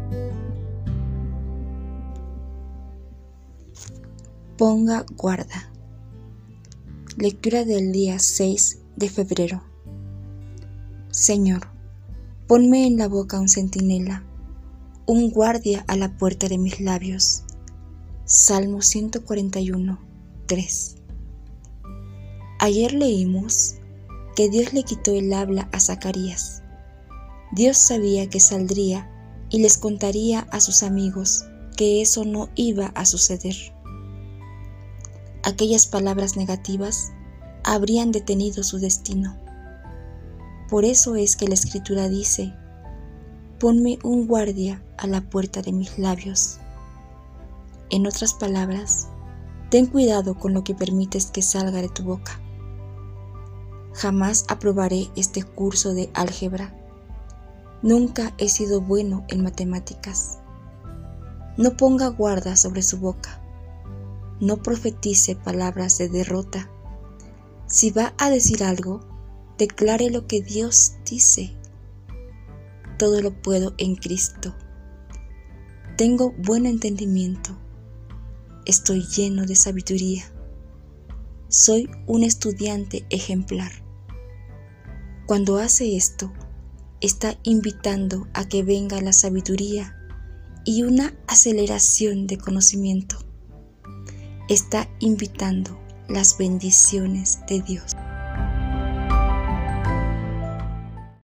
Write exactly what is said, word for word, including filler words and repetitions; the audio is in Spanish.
Ponga guarda. Lectura del día seis de febrero. Señor, ponme en la boca un centinela, un guardia a la puerta de mis labios. Salmo ciento cuarenta y uno, tres. Ayer leímos que Dios le quitó el habla a Zacarías. Dios sabía que saldría y les contaría a sus amigos que eso no iba a suceder. Aquellas palabras negativas habrían detenido su destino. Por eso es que la Escritura dice: ponme un guardia a la puerta de mis labios. En otras palabras, ten cuidado con lo que permites que salga de tu boca. Jamás aprobaré este curso de álgebra. Nunca he sido bueno en matemáticas. No ponga guarda sobre su boca. No profetice palabras de derrota. Si va a decir algo, declare lo que Dios dice. Todo lo puedo en Cristo. Tengo buen entendimiento. Estoy lleno de sabiduría. Soy un estudiante ejemplar. Cuando hace esto, está invitando a que venga la sabiduría y una aceleración de conocimiento. Está invitando las bendiciones de Dios.